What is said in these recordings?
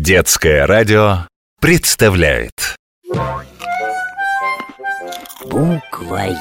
Детское радио представляет Буквоед.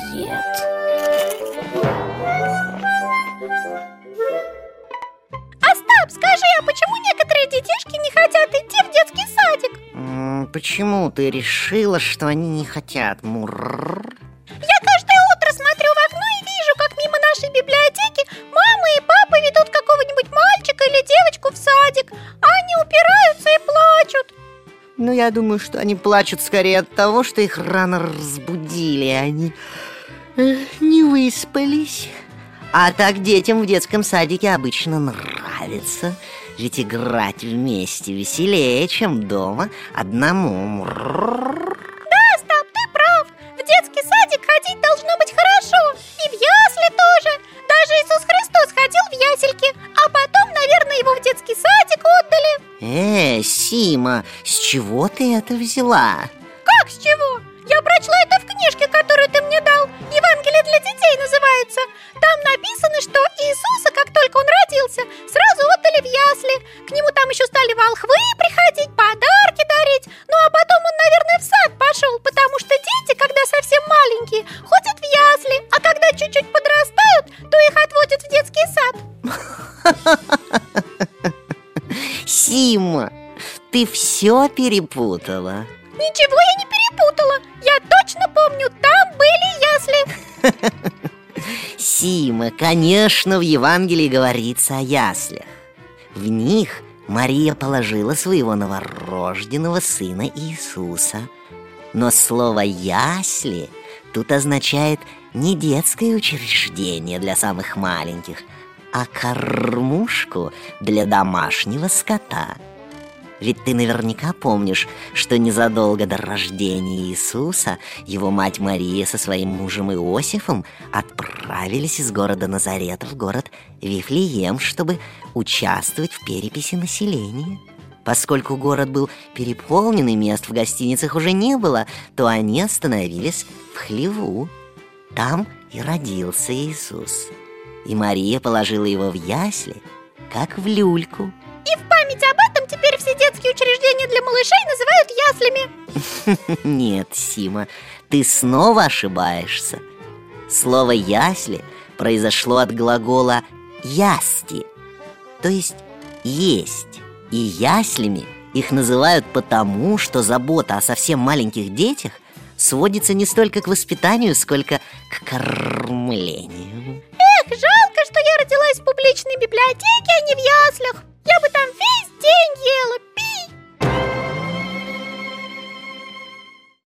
Остап, скажи, а почему некоторые детишки не хотят идти в детский садик? Почему ты решила, что они не хотят? Я каждое утро смотрю в окно и вижу, как мимо нашей библиотеки мама и папа ведут какого-нибудь мальчика или девочку в садик, а они упираются и плачут. Ну, я думаю, что они плачут скорее от того, что их рано разбудили, они не выспались. А так детям в детском садике обычно нравится, ведь играть вместе веселее, чем дома одному. Да, Остап, ты прав. В детский садик ходить должно быть хорошо. И в ясли тоже. Даже Иисус Христос ходил в ясельки, а потом, наверное, его в детский садик отдали. Сима, с чего ты это взяла? Как с чего? Я прочла это в книжке, которую ты мне дал. Евангелие для детей называется. Там написано, что Иисуса, как только он родился, сразу отдали в ясли. К нему там еще стали волхвы приходить, подарки дарить. Ну а потом он, наверное, в сад пошел, потому что дети, когда совсем маленькие, ходят в ясли, а когда чуть-чуть подрастают, то их отводят в детский сад. Сима, ты все перепутала. Ничего я не перепутала. Я точно помню, там были ясли. Сима, конечно, в Евангелии говорится о яслях. В них Мария положила своего новорожденного сына Иисуса. Но слово «ясли» тут означает не детское учреждение для самых маленьких, а кормушку для домашнего скота. Ведь ты наверняка помнишь, что незадолго до рождения Иисуса его мать Мария со своим мужем Иосифом отправились из города Назарета в город Вифлеем, чтобы участвовать в переписи населения. Поскольку город был переполнен и мест в гостиницах уже не было, то они остановились в хлеву. Там и родился Иисус. И Мария положила его в ясли, как в люльку. И в память об этом теперь все детские учреждения для малышей называют яслями. Нет, Сима, ты снова ошибаешься. Слово «ясли» произошло от глагола «ясти», то есть «есть». И яслями их называют потому, что забота о совсем маленьких детях сводится не столько к воспитанию, сколько к кормлению. Эх, жалко, что я родилась в публичной библиотеке, а не в яслях. Я бы там весь